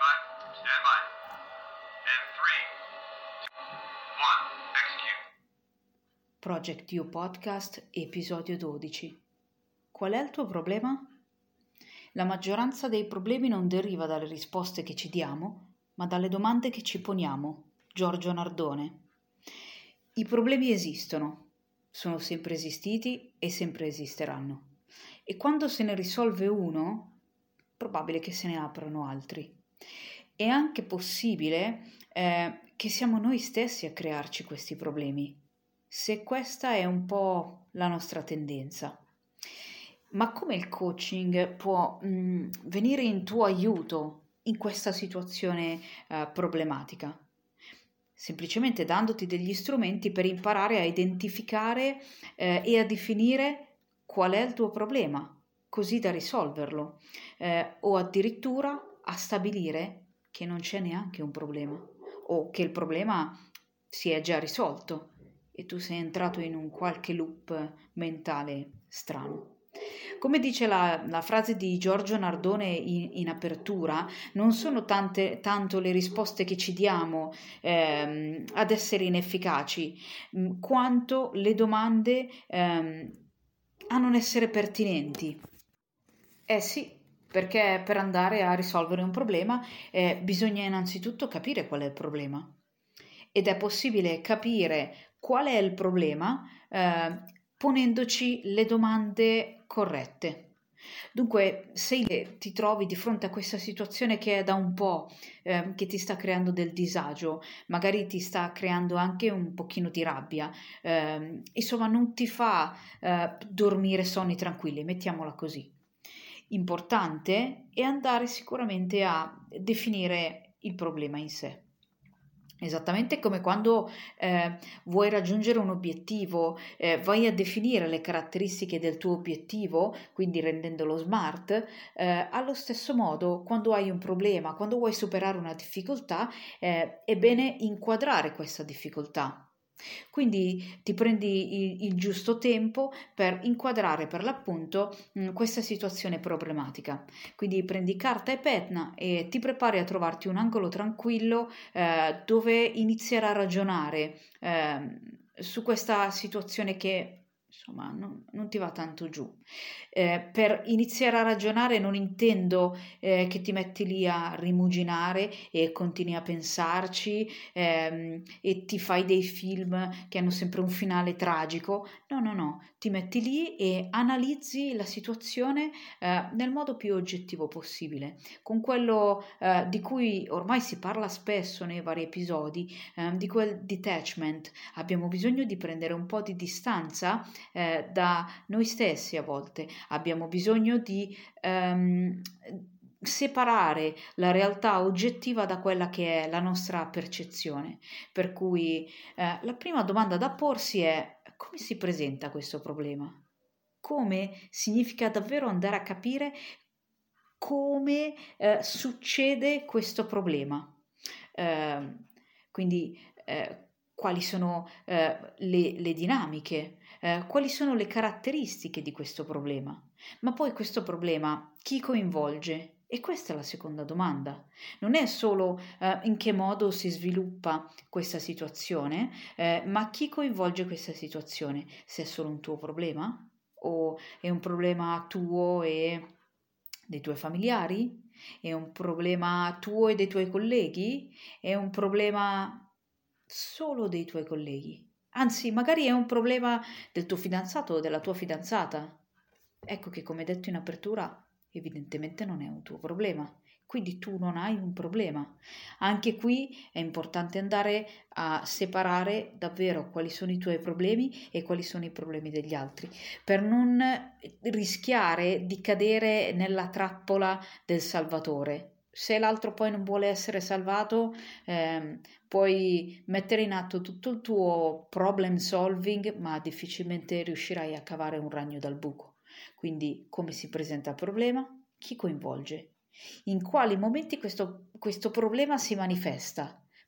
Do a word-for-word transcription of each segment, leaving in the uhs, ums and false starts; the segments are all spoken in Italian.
by. Stand by. And three, two, one, execute. Project You Podcast, episodio dodici. Qual è il tuo problema? La maggioranza dei problemi non deriva dalle risposte che ci diamo, ma dalle domande che ci poniamo. Giorgio Nardone. I problemi esistono, sono sempre esistiti e sempre esisteranno. E quando se ne risolve uno, probabile che se ne aprano altri. È anche possibile eh, che siamo noi stessi a crearci questi problemi, se questa è un po' la nostra tendenza. Ma come il coaching può mh, venire in tuo aiuto in questa situazione eh, problematica? Semplicemente dandoti degli strumenti per imparare a identificare eh, e a definire qual è il tuo problema, così da risolverlo, eh, o addirittura a stabilire che non c'è neanche un problema o che il problema si è già risolto e tu sei entrato in un qualche loop mentale strano. Come dice la, la frase di Giorgio Nardone in, in apertura, non sono tante, tanto le risposte che ci diamo ehm, ad essere inefficaci, mh, quanto le domande ehm, a non essere pertinenti. Eh sì, perché per andare a risolvere un problema eh, bisogna innanzitutto capire qual è il problema. Ed è possibile capire qual è il problema eh, ponendoci le domande corrette. Dunque, se ti trovi di fronte a questa situazione che è da un po' eh, che ti sta creando del disagio, magari ti sta creando anche un pochino di rabbia, eh, insomma non ti fa eh, dormire sonni tranquilli, mettiamola così. Importante è andare sicuramente a definire il problema in sé. Esattamente come quando eh, vuoi raggiungere un obiettivo, eh, vai a definire le caratteristiche del tuo obiettivo, quindi rendendolo smart, eh, allo stesso modo quando hai un problema, quando vuoi superare una difficoltà, eh, è bene inquadrare questa difficoltà. Quindi ti prendi il, il giusto tempo per inquadrare per l'appunto mh, questa situazione problematica. Quindi prendi carta e penna e ti prepari a trovarti un angolo tranquillo eh, dove iniziare a ragionare eh, su questa situazione che insomma non, non ti va tanto giù. Eh, per iniziare a ragionare non intendo eh, che ti metti lì a rimuginare e continui a pensarci ehm, e ti fai dei film che hanno sempre un finale tragico. No, no, no, ti metti lì e analizzi la situazione eh, nel modo più oggettivo possibile, con quello eh, di cui ormai si parla spesso nei vari episodi, eh, di quel detachment. Abbiamo bisogno di prendere un po' di distanza eh, da noi stessi a volte, abbiamo bisogno di ehm, separare la realtà oggettiva da quella che è la nostra percezione. Per cui eh, la prima domanda da porsi è: come si presenta questo problema? Come significa davvero andare a capire come eh, succede questo problema. Eh, quindi eh, quali sono eh, le, le dinamiche, eh, quali sono le caratteristiche di questo problema, ma poi questo problema chi coinvolge? E questa è la seconda domanda. Non è solo eh, in che modo si sviluppa questa situazione, eh, ma chi coinvolge questa situazione? Se è solo un tuo problema? O è un problema tuo e dei tuoi familiari? È un problema tuo e dei tuoi colleghi? È un problema solo dei tuoi colleghi? Anzi, magari è un problema del tuo fidanzato o della tua fidanzata. Ecco che, come detto in apertura, evidentemente non è un tuo problema, quindi tu non hai un problema. Anche qui è importante andare a separare davvero quali sono i tuoi problemi e quali sono i problemi degli altri, per non rischiare di cadere nella trappola del salvatore. Se l'altro poi non vuole essere salvato, ehm, puoi mettere in atto tutto il tuo problem solving, ma difficilmente riuscirai a cavare un ragno dal buco. Quindi come si presenta il problema? Chi coinvolge? In quali momenti questo, questo problema si manifesta?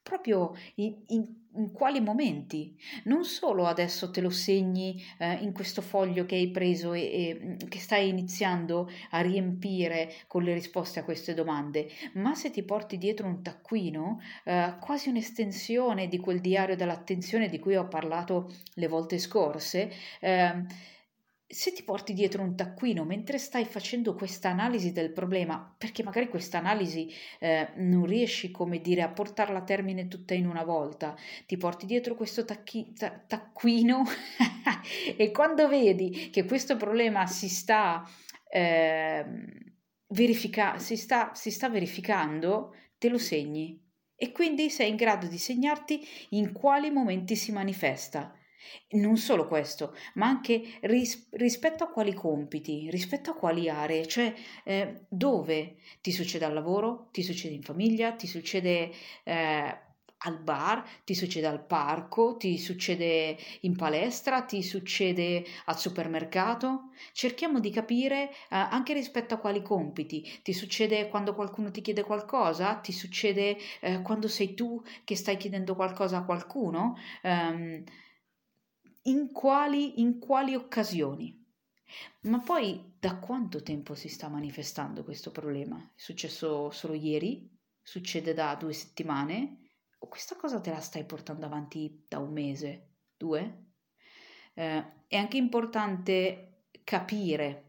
proprio in, in, in quali momenti. Non solo adesso te lo segni eh, in questo foglio che hai preso e, e che stai iniziando a riempire con le risposte a queste domande, ma se ti porti dietro un taccuino, eh, quasi un'estensione di quel diario dell'attenzione di cui ho parlato le volte scorse, eh, se ti porti dietro un taccuino mentre stai facendo questa analisi del problema, perché magari questa analisi eh, non riesci, come dire, a portarla a termine tutta in una volta, ti porti dietro questo tacchi- ta- taccuino e quando vedi che questo problema si sta, eh, verifica- si sta, si sta verificando, te lo segni e quindi sei in grado di segnarti in quali momenti si manifesta. Non solo questo, ma anche ris- rispetto a quali compiti, rispetto a quali aree, cioè eh, dove ti succede al lavoro, ti succede in famiglia, ti succede eh, al bar, ti succede al parco, ti succede in palestra, ti succede al supermercato. Cerchiamo di capire eh, anche rispetto a quali compiti. Ti succede quando qualcuno ti chiede qualcosa? Ti succede eh, quando sei tu che stai chiedendo qualcosa a qualcuno? Ehm, in quali, in quali occasioni? Ma poi da quanto tempo si sta manifestando questo problema? È successo solo ieri? Succede da due settimane? O questa cosa te la stai portando avanti da un mese? Due? Eh, è anche importante capire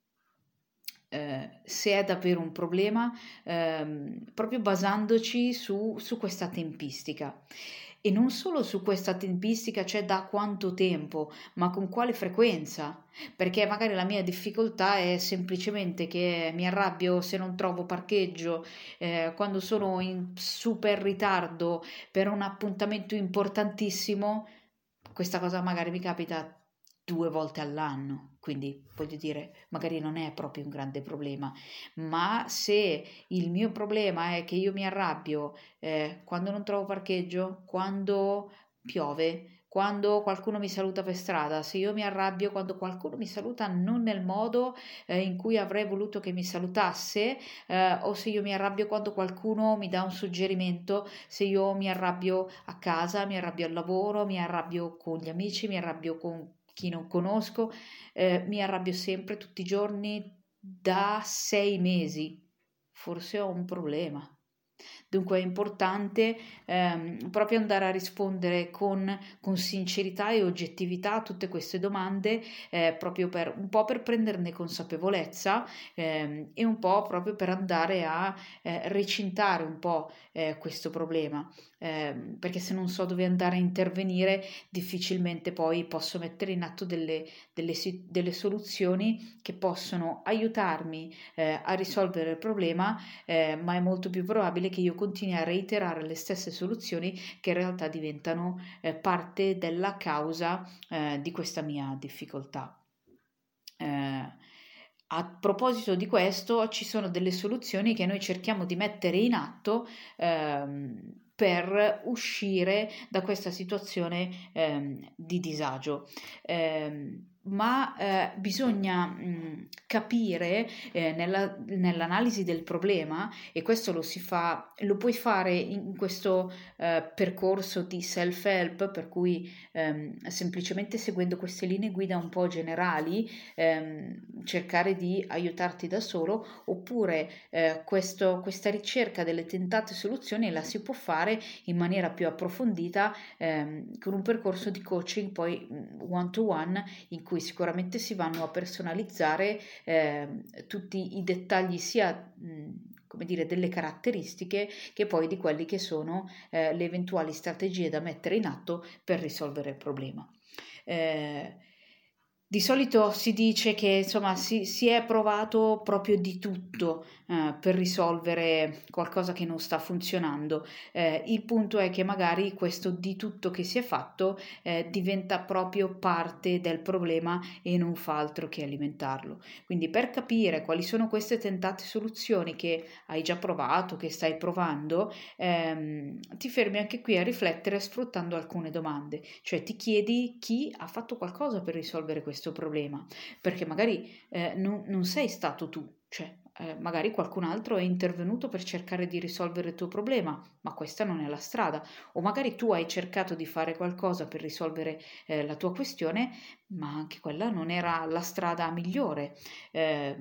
eh, se è davvero un problema, ehm, proprio basandoci su, su questa tempistica. E non solo su questa tempistica, cioè da quanto tempo, ma con quale frequenza. Perché magari la mia difficoltà è semplicemente che mi arrabbio se non trovo parcheggio, eh, quando sono in super ritardo per un appuntamento importantissimo. Questa cosa magari mi capita due volte all'anno, quindi voglio dire, magari non è proprio un grande problema, ma se il mio problema è che io mi arrabbio eh, quando non trovo parcheggio, quando piove, quando qualcuno mi saluta per strada, se io mi arrabbio quando qualcuno mi saluta non nel modo eh, in cui avrei voluto che mi salutasse, eh, o se io mi arrabbio quando qualcuno mi dà un suggerimento, se io mi arrabbio a casa, mi arrabbio al lavoro, mi arrabbio con gli amici, mi arrabbio con chi non conosco, eh, mi arrabbio sempre tutti i giorni da sei mesi. Forse ho un problema. Dunque è importante ehm, proprio andare a rispondere con, con sincerità e oggettività a tutte queste domande, eh, proprio per un po' per prenderne consapevolezza ehm, e un po' proprio per andare a eh, recintare un po' eh, questo problema. Eh, perché se non so dove andare a intervenire, difficilmente poi posso mettere in atto delle, delle, delle soluzioni che possono aiutarmi eh, a risolvere il problema, eh, ma è molto più probabile che io continui a reiterare le stesse soluzioni che in realtà diventano eh, parte della causa eh, di questa mia difficoltà. Eh, a proposito di questo, ci sono delle soluzioni che noi cerchiamo di mettere in atto ehm, per uscire da questa situazione ehm, di disagio. Ehm, ma eh, bisogna mh, capire eh, nella, nell'analisi del problema, e questo lo si fa, lo puoi fare in questo eh, percorso di self-help, per cui ehm, semplicemente seguendo queste linee guida un po' generali, ehm, cercare di aiutarti da solo, oppure eh, questo, questa ricerca delle tentate soluzioni la si può fare in maniera più approfondita ehm, con un percorso di coaching poi one to one, in cui sicuramente si vanno a personalizzare eh, tutti i dettagli, sia mh, come dire, delle caratteristiche che poi di quelli che sono eh, le eventuali strategie da mettere in atto per risolvere il problema. Eh, di solito si dice che insomma si, si è provato proprio di tutto eh, per risolvere qualcosa che non sta funzionando. Eh, il punto è che magari questo di tutto che si è fatto eh, diventa proprio parte del problema e non fa altro che alimentarlo. Quindi per capire quali sono queste tentate soluzioni che hai già provato, che stai provando, ehm, ti fermi anche qui a riflettere sfruttando alcune domande, cioè ti chiedi chi ha fatto qualcosa per risolvere questo problema, perché magari eh, non, non sei stato tu, cioè eh, magari qualcun altro è intervenuto per cercare di risolvere il tuo problema, ma questa non è la strada. O magari tu hai cercato di fare qualcosa per risolvere eh, la tua questione, ma anche quella non era la strada migliore. Eh,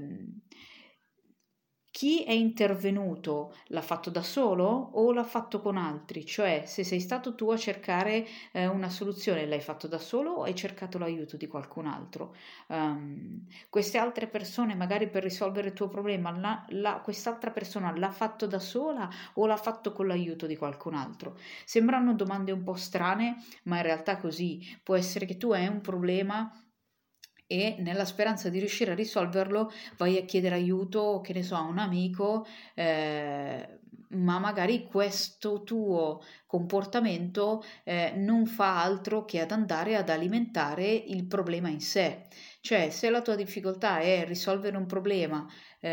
Chi è intervenuto l'ha fatto da solo o l'ha fatto con altri? Cioè, se sei stato tu a cercare eh, una soluzione, l'hai fatto da solo o hai cercato l'aiuto di qualcun altro? Um, queste altre persone, magari per risolvere il tuo problema, la, la, quest'altra persona l'ha fatto da sola o l'ha fatto con l'aiuto di qualcun altro? Sembrano domande un po' strane, ma in realtà è così. Può essere che tu hai un problema e nella speranza di riuscire a risolverlo vai a chiedere aiuto, che ne so, a un amico, eh, ma magari questo tuo comportamento eh, non fa altro che ad andare ad alimentare il problema in sé. Cioè, se la tua difficoltà è risolvere un problema,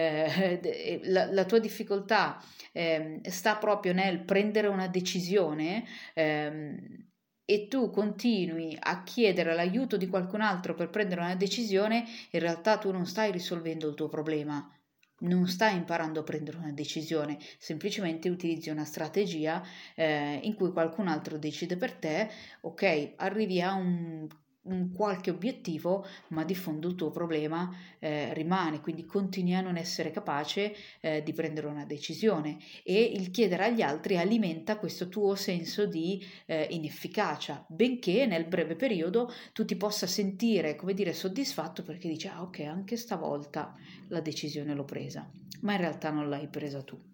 eh, la, la tua difficoltà eh, sta proprio nel prendere una decisione, ehm, e tu continui a chiedere l'aiuto di qualcun altro per prendere una decisione, in realtà tu non stai risolvendo il tuo problema, non stai imparando a prendere una decisione, semplicemente utilizzi una strategia eh, in cui qualcun altro decide per te, ok, arrivi a un, un qualche obiettivo, ma di fondo il tuo problema eh, rimane, quindi continui a non essere capace eh, di prendere una decisione e il chiedere agli altri alimenta questo tuo senso di eh, inefficacia, benché nel breve periodo tu ti possa sentire, come dire, soddisfatto perché dici, ah ok, anche stavolta la decisione l'ho presa, ma in realtà non l'hai presa tu.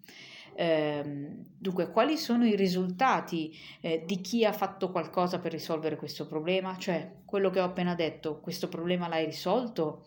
Eh, dunque, quali sono i risultati eh, di chi ha fatto qualcosa per risolvere questo problema? Cioè, quello che ho appena detto, questo problema l'hai risolto?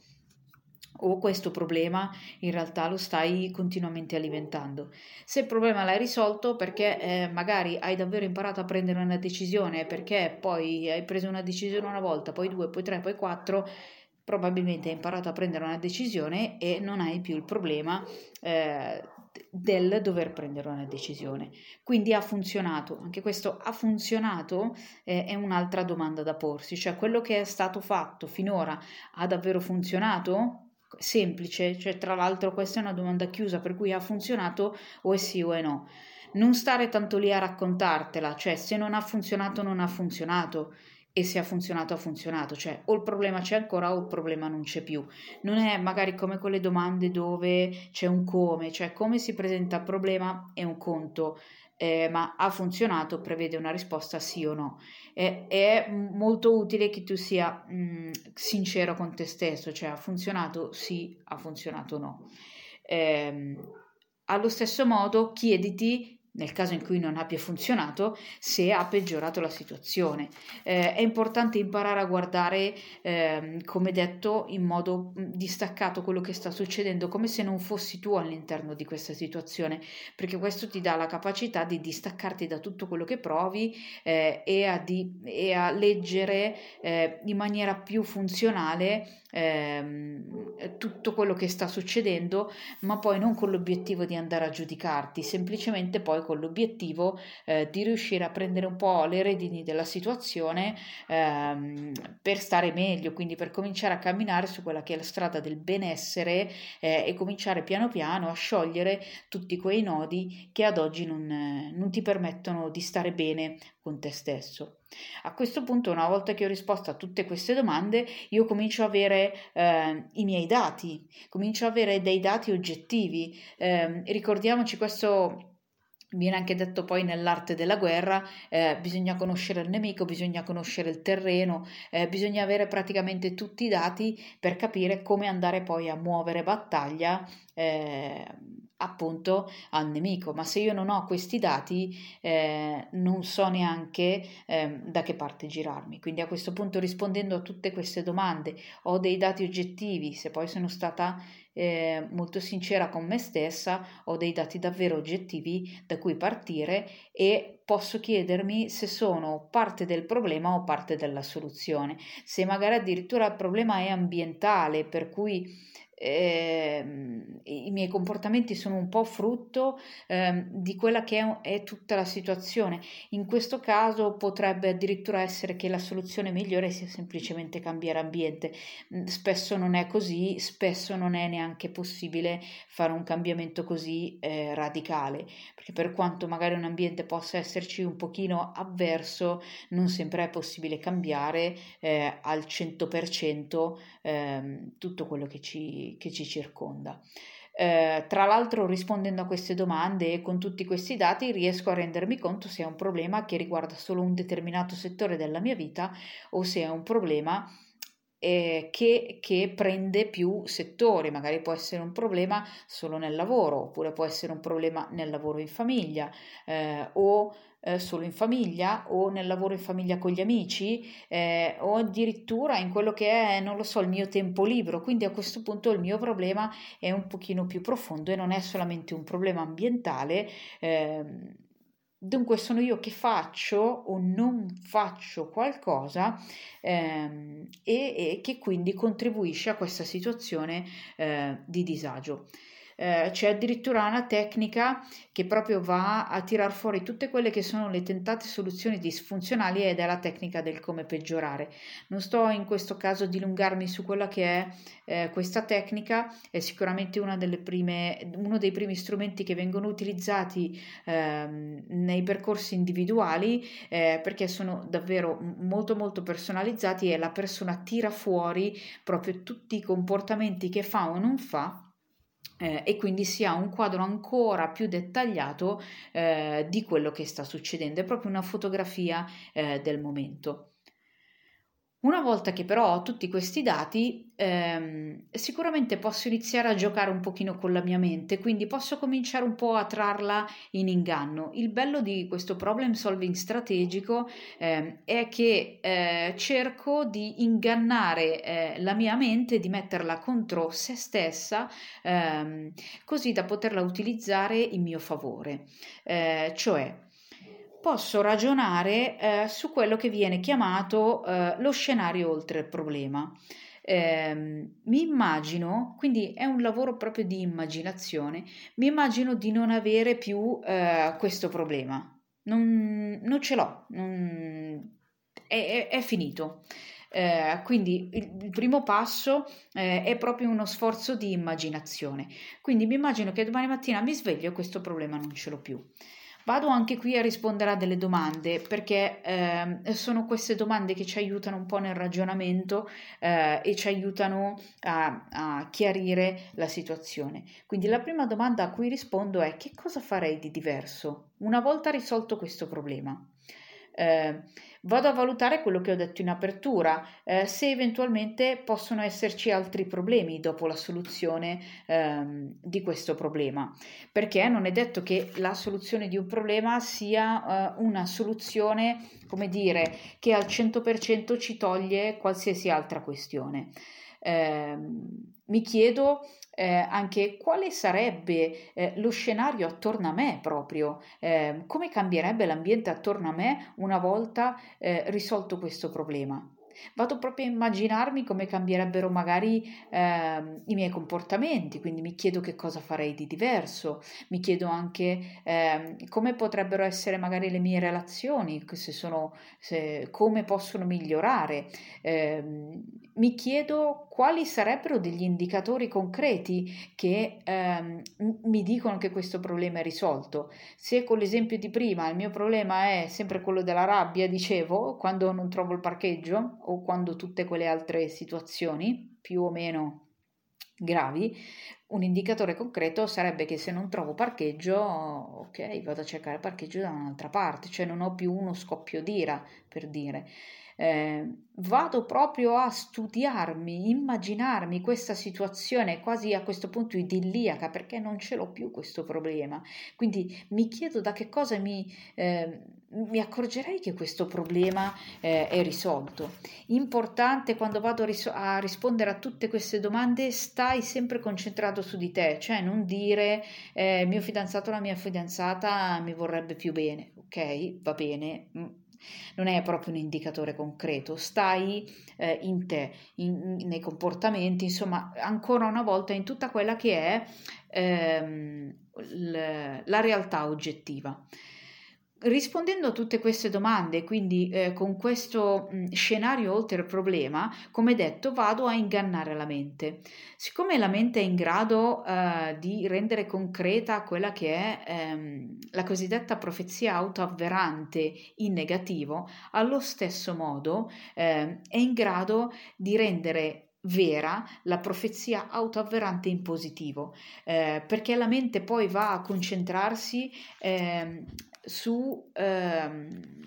O questo problema in realtà lo stai continuamente alimentando. Se il problema l'hai risolto perché eh, magari hai davvero imparato a prendere una decisione, perché poi hai preso una decisione una volta, poi due, poi tre, poi quattro, probabilmente hai imparato a prendere una decisione e non hai più il problema eh, del dover prendere una decisione. Quindi ha funzionato, anche questo ha funzionato eh, è un'altra domanda da porsi, cioè quello che è stato fatto finora ha davvero funzionato? Semplice, cioè tra l'altro questa è una domanda chiusa per cui ha funzionato o è sì o è no. Non stare tanto lì a raccontartela, cioè se non ha funzionato non ha funzionato e se ha funzionato ha funzionato, cioè o il problema c'è ancora o il problema non c'è più. Non è magari come quelle domande dove c'è un come, cioè come si presenta il problema è un conto, eh, ma ha funzionato prevede una risposta sì o no. È, è molto utile che tu sia mh, sincero con te stesso, cioè ha funzionato sì, ha funzionato no. Eh, allo stesso modo chiediti nel caso in cui non abbia funzionato, se ha peggiorato la situazione. Eh, è importante imparare a guardare, eh, come detto, in modo distaccato quello che sta succedendo, come se non fossi tu all'interno di questa situazione, perché questo ti dà la capacità di distaccarti da tutto quello che provi eh, e, a di, e a leggere eh, in maniera più funzionale ehm, tutto quello che sta succedendo, ma poi non con l'obiettivo di andare a giudicarti, semplicemente poi con l'obiettivo eh, di riuscire a prendere un po' le redini della situazione ehm, per stare meglio, quindi per cominciare a camminare su quella che è la strada del benessere eh, e cominciare piano piano a sciogliere tutti quei nodi che ad oggi non, eh, non ti permettono di stare bene con te stesso. A questo punto, una volta che ho risposto a tutte queste domande, io comincio a avere eh, i miei dati, comincio a avere dei dati oggettivi. Eh, ricordiamoci questo. Viene anche detto poi nell'arte della guerra, eh, bisogna conoscere il nemico, bisogna conoscere il terreno, eh, bisogna avere praticamente tutti i dati per capire come andare poi a muovere battaglia eh, appunto al nemico. Ma se io non ho questi dati, eh, non so neanche eh, da che parte girarmi. Quindi a questo punto, rispondendo a tutte queste domande, ho dei dati oggettivi, se poi sono stata eh, molto sincera con me stessa, ho dei dati davvero oggettivi da cui partire e posso chiedermi se sono parte del problema o parte della soluzione. Se magari addirittura il problema è ambientale, per cui eh, i miei comportamenti sono un po' frutto eh, di quella che è, è tutta la situazione. In questo caso potrebbe addirittura essere che la soluzione migliore sia semplicemente cambiare ambiente. Spesso non è così, spesso non è neanche possibile fare un cambiamento così eh, radicale, perché per quanto magari un ambiente possa esserci un pochino avverso, non sempre è possibile cambiare eh, al cento per cento ehm, tutto quello che ci, che ci circonda. Eh, tra l'altro, rispondendo a queste domande e con tutti questi dati, riesco a rendermi conto se è un problema che riguarda solo un determinato settore della mia vita o se è un problema eh, che, che prende più settori. Magari può essere un problema solo nel lavoro, oppure può essere un problema nel lavoro in famiglia, eh, o eh, solo in famiglia, o nel lavoro in famiglia con gli amici, eh, o addirittura in quello che è, non lo so, il mio tempo libero. Quindi a questo punto il mio problema è un pochino più profondo e non è solamente un problema ambientale. ehm, Dunque sono io che faccio o non faccio qualcosa ehm, e, e che quindi contribuisce a questa situazione eh, di disagio. Eh, c'è addirittura una tecnica che proprio va a tirar fuori tutte quelle che sono le tentate soluzioni disfunzionali ed è la tecnica del come peggiorare. Non sto in questo caso a dilungarmi su quella che è eh, questa tecnica, è sicuramente una delle prime, uno dei primi strumenti che vengono utilizzati ehm, nei percorsi individuali eh, perché sono davvero molto molto personalizzati e la persona tira fuori proprio tutti i comportamenti che fa o non fa eh, e quindi si ha un quadro ancora più dettagliato eh, di quello che sta succedendo, è proprio una fotografia eh, del momento. Una volta che però ho tutti questi dati, ehm, sicuramente posso iniziare a giocare un pochino con la mia mente, quindi posso cominciare un po' a trarla in inganno. Il bello di questo problem solving strategico ehm, è che eh, cerco di ingannare eh, la mia mente, di metterla contro se stessa, ehm, così da poterla utilizzare in mio favore. Eh, cioè, posso ragionare eh, su quello che viene chiamato eh, lo scenario oltre il problema. Eh, mi immagino, quindi è un lavoro proprio di immaginazione, mi immagino di non avere più eh, questo problema. Non, non ce l'ho, non- è, è- è finito. Eh, quindi il, il primo passo eh, è proprio uno sforzo di immaginazione. Quindi mi immagino che domani mattina mi sveglio e questo problema non ce l'ho più. Vado anche qui a rispondere a delle domande perché eh, sono queste domande che ci aiutano un po' nel ragionamento eh, e ci aiutano a, a chiarire la situazione. Quindi la prima domanda a cui rispondo è: che cosa farei di diverso una volta risolto questo problema? Eh, vado a valutare quello che ho detto in apertura, eh, se eventualmente possono esserci altri problemi dopo la soluzione ehm, di questo problema, perché non è detto che la soluzione di un problema sia eh, una soluzione, come dire, che al cento per cento ci toglie qualsiasi altra questione. Eh, mi chiedo eh, anche quale sarebbe eh, lo scenario attorno a me proprio, eh, come cambierebbe l'ambiente attorno a me una volta eh, risolto questo problema. Vado proprio a immaginarmi come cambierebbero magari ehm, i miei comportamenti, quindi mi chiedo che cosa farei di diverso, mi chiedo anche ehm, come potrebbero essere magari le mie relazioni, se sono, se, come possono migliorare, ehm, mi chiedo quali sarebbero degli indicatori concreti che ehm, mi dicono che questo problema è risolto. Se con l'esempio di prima il mio problema è sempre quello della rabbia, dicevo, quando non trovo il parcheggio o quando tutte quelle altre situazioni più o meno gravi, un indicatore concreto sarebbe che se non trovo parcheggio, ok, vado a cercare parcheggio da un'altra parte, cioè non ho più uno scoppio d'ira, per dire. Eh, vado proprio a studiarmi, immaginarmi questa situazione quasi a questo punto idilliaca perché non ce l'ho più questo problema. Quindi mi chiedo da che cosa mi, eh, mi accorgerei che questo problema eh, è risolto. Importante quando vado a, ris- a rispondere a tutte queste domande, stai sempre concentrato su di te, cioè non dire eh, il mio fidanzato o la mia fidanzata mi vorrebbe più bene, ok, va bene. non è proprio un indicatore concreto, stai eh, in te, in, nei comportamenti, insomma, ancora una volta in tutta quella che è ehm, l- la realtà oggettiva. Rispondendo a tutte queste domande, quindi eh, con questo mh, scenario oltre il problema, come detto, vado a ingannare la mente. Siccome la mente è in grado eh, di rendere concreta quella che è ehm, la cosiddetta profezia autoavverante in negativo, allo stesso modo eh, è in grado di rendere vera la profezia autoavverante in positivo, eh, perché la mente poi va a concentrarsi ehm, su ehm,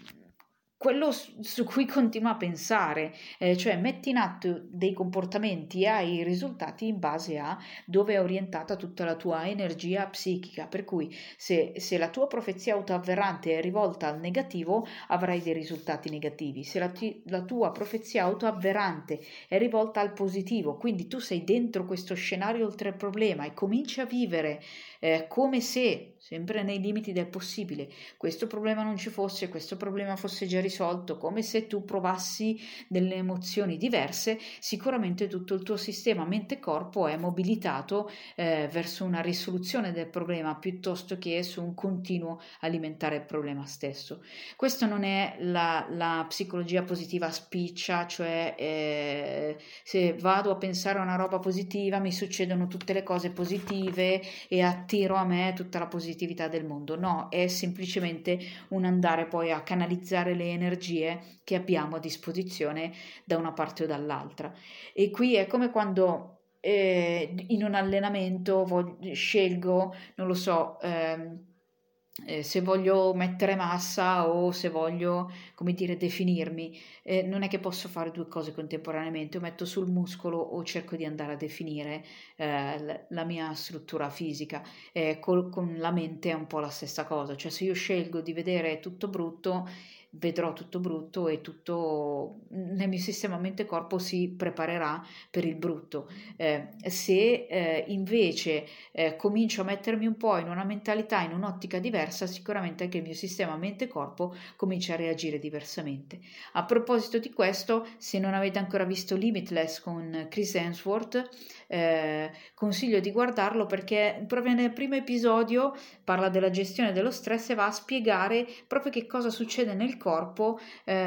quello su su cui continua a pensare, eh, cioè metti in atto dei comportamenti e hai i risultati in base a dove è orientata tutta la tua energia psichica, per cui se, se la tua profezia autoavverante è rivolta al negativo avrai dei risultati negativi, se la, ti- la tua profezia autoavverante è rivolta al positivo, quindi tu sei dentro questo scenario oltre il problema e cominci a vivere eh, come se, sempre nei limiti del possibile, questo problema non ci fosse, questo problema fosse già risolto, come se tu provassi delle emozioni diverse, sicuramente tutto il tuo sistema mente-corpo è mobilitato eh, verso una risoluzione del problema piuttosto che su un continuo alimentare il problema stesso. Questo non è la, la psicologia positiva spiccia, cioè eh, se vado a pensare a una roba positiva mi succedono tutte le cose positive e attiro a me tutta la positività del mondo. No, è semplicemente un andare poi a canalizzare le energie che abbiamo a disposizione da una parte o dall'altra. E qui è come quando eh, in un allenamento voglio, scelgo, non lo so, ehm, eh, se voglio mettere massa o se voglio, come dire, definirmi, eh, non è che posso fare due cose contemporaneamente, o metto sul muscolo o cerco di andare a definire eh, l- la mia struttura fisica. Eh, col- con la mente è un po' la stessa cosa, cioè se io scelgo di vedere tutto brutto, vedrò tutto brutto e tutto nel mio sistema mente-corpo si preparerà per il brutto. Eh, se eh, invece eh, comincio a mettermi un po' in una mentalità, in un'ottica diversa, sicuramente anche il mio sistema mente-corpo comincia a reagire diversamente. A proposito di questo, se non avete ancora visto Limitless con Chris Hemsworth, eh, consiglio di guardarlo perché proprio nel primo episodio parla della gestione dello stress e va a spiegare proprio che cosa succede nel corpo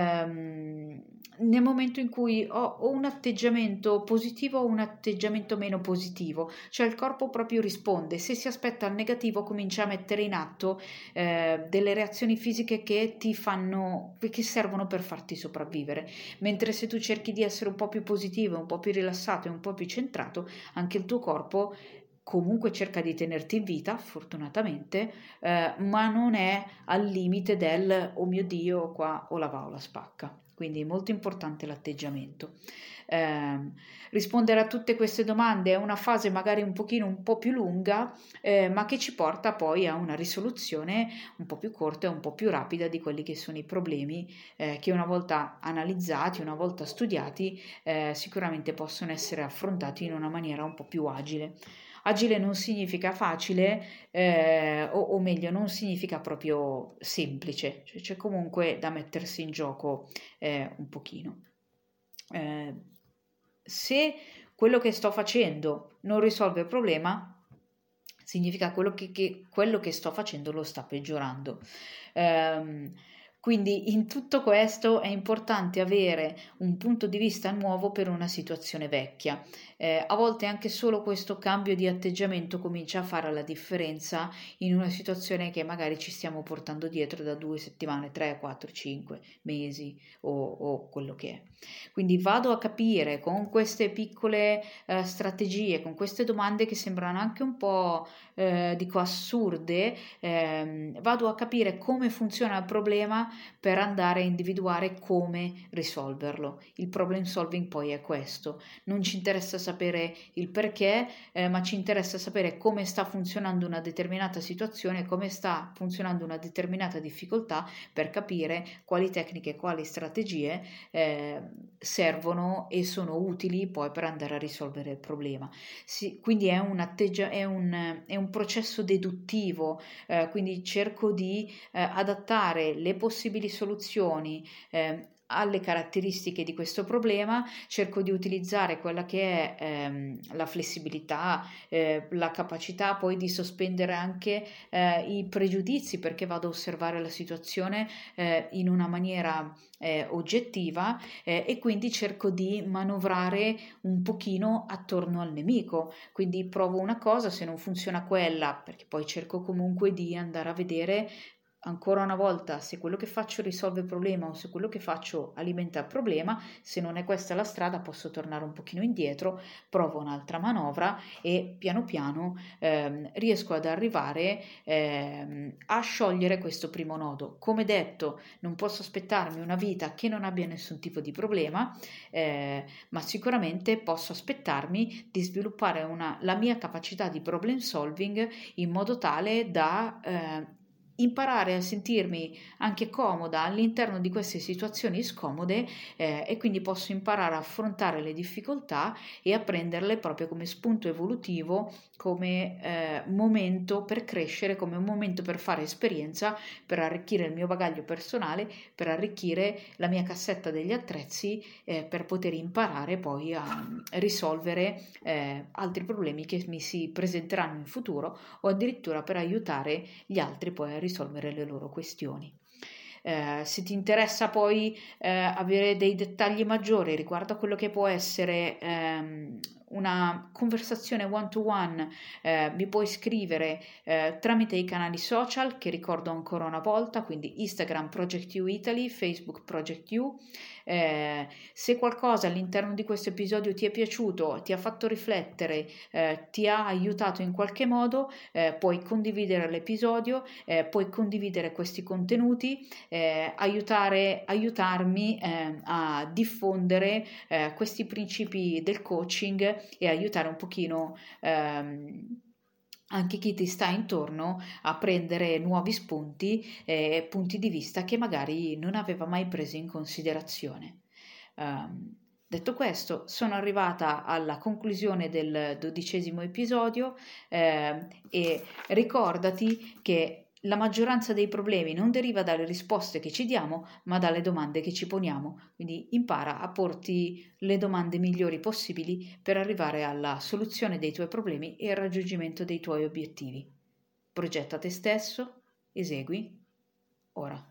ehm, nel momento in cui ho, ho un atteggiamento positivo o un atteggiamento meno positivo, cioè il corpo proprio risponde, se si aspetta il negativo comincia a mettere in atto eh, delle reazioni fisiche che ti fanno, che servono per farti sopravvivere, mentre se tu cerchi di essere un po' più positivo, un po' più rilassato e un po' più centrato, anche il tuo corpo comunque cerca di tenerti in vita, fortunatamente, eh, ma non è al limite del oh mio Dio, qua o la va o la spacca. Quindi è molto importante l'atteggiamento. Eh, rispondere a tutte queste domande è una fase magari un pochino un po' più lunga, eh, ma che ci porta poi a una risoluzione un po' più corta e un po' più rapida di quelli che sono i problemi eh, che una volta analizzati, una volta studiati, eh, sicuramente possono essere affrontati in una maniera un po' più agile. Agile non significa facile, eh, o, o meglio, non significa proprio semplice, cioè c'è comunque da mettersi in gioco eh, un pochino. Eh, se quello che sto facendo non risolve il problema, significa quello che, che, quello che sto facendo lo sta peggiorando. Um, quindi in tutto questo è importante avere un punto di vista nuovo per una situazione vecchia. Eh, a volte anche solo questo cambio di atteggiamento comincia a fare la differenza in una situazione che magari ci stiamo portando dietro da due settimane, tre, quattro, cinque mesi o, o quello che è. Quindi vado a capire con queste piccole eh, strategie, con queste domande che sembrano anche un po' eh, dico assurde, ehm, vado a capire come funziona il problema per andare a individuare come risolverlo. Il problem solving poi è questo, non ci interessa sapere il perché, eh, ma ci interessa sapere come sta funzionando una determinata situazione, come sta funzionando una determinata difficoltà per capire quali tecniche, quali strategie eh, servono e sono utili poi per andare a risolvere il problema. Si, quindi è un, atteggia- è un, è un processo deduttivo, eh, quindi cerco di eh, adattare le possibilità possibili soluzioni eh, alle caratteristiche di questo problema, cerco di utilizzare quella che è ehm, la flessibilità, eh, la capacità poi di sospendere anche eh, i pregiudizi, perché vado a osservare la situazione eh, in una maniera eh, oggettiva eh, e quindi cerco di manovrare un pochino attorno al nemico. Quindi provo una cosa, se non funziona quella, perché poi cerco comunque di andare a vedere ancora una volta se quello che faccio risolve il problema o se quello che faccio alimenta il problema. Se non è questa la strada, posso tornare un pochino indietro, provo un'altra manovra e piano piano ehm, riesco ad arrivare ehm, a sciogliere questo primo nodo. Come detto, non posso aspettarmi una vita che non abbia nessun tipo di problema, eh, ma sicuramente posso aspettarmi di sviluppare una, la mia capacità di problem solving in modo tale da eh, imparare a sentirmi anche comoda all'interno di queste situazioni scomode eh, e quindi posso imparare a affrontare le difficoltà e a prenderle proprio come spunto evolutivo, come eh, momento per crescere, come un momento per fare esperienza, per arricchire il mio bagaglio personale, per arricchire la mia cassetta degli attrezzi, eh, per poter imparare poi a risolvere eh, altri problemi che mi si presenteranno in futuro o addirittura per aiutare gli altri poi a risolvere le loro questioni. Eh, se ti interessa poi eh, avere dei dettagli maggiori riguardo a quello che può essere ehm, una conversazione one to one, eh, mi puoi scrivere eh, tramite i canali social che ricordo ancora una volta, quindi Instagram Project You Italy, Facebook Project You. Eh, se qualcosa all'interno di questo episodio ti è piaciuto, ti ha fatto riflettere, eh, ti ha aiutato in qualche modo, eh, puoi condividere l'episodio, eh, puoi condividere questi contenuti, eh, aiutare, aiutarmi eh, a diffondere eh, questi principi del coaching e aiutare un pochino ehm, anche chi ti sta intorno a prendere nuovi spunti e eh, punti di vista che magari non aveva mai preso in considerazione. Um, detto questo, sono arrivata alla conclusione del dodicesimo episodio eh, e ricordati che la maggioranza dei problemi non deriva dalle risposte che ci diamo, ma dalle domande che ci poniamo. Quindi impara a porti le domande migliori possibili per arrivare alla soluzione dei tuoi problemi e al raggiungimento dei tuoi obiettivi. Progetta te stesso, esegui, ora.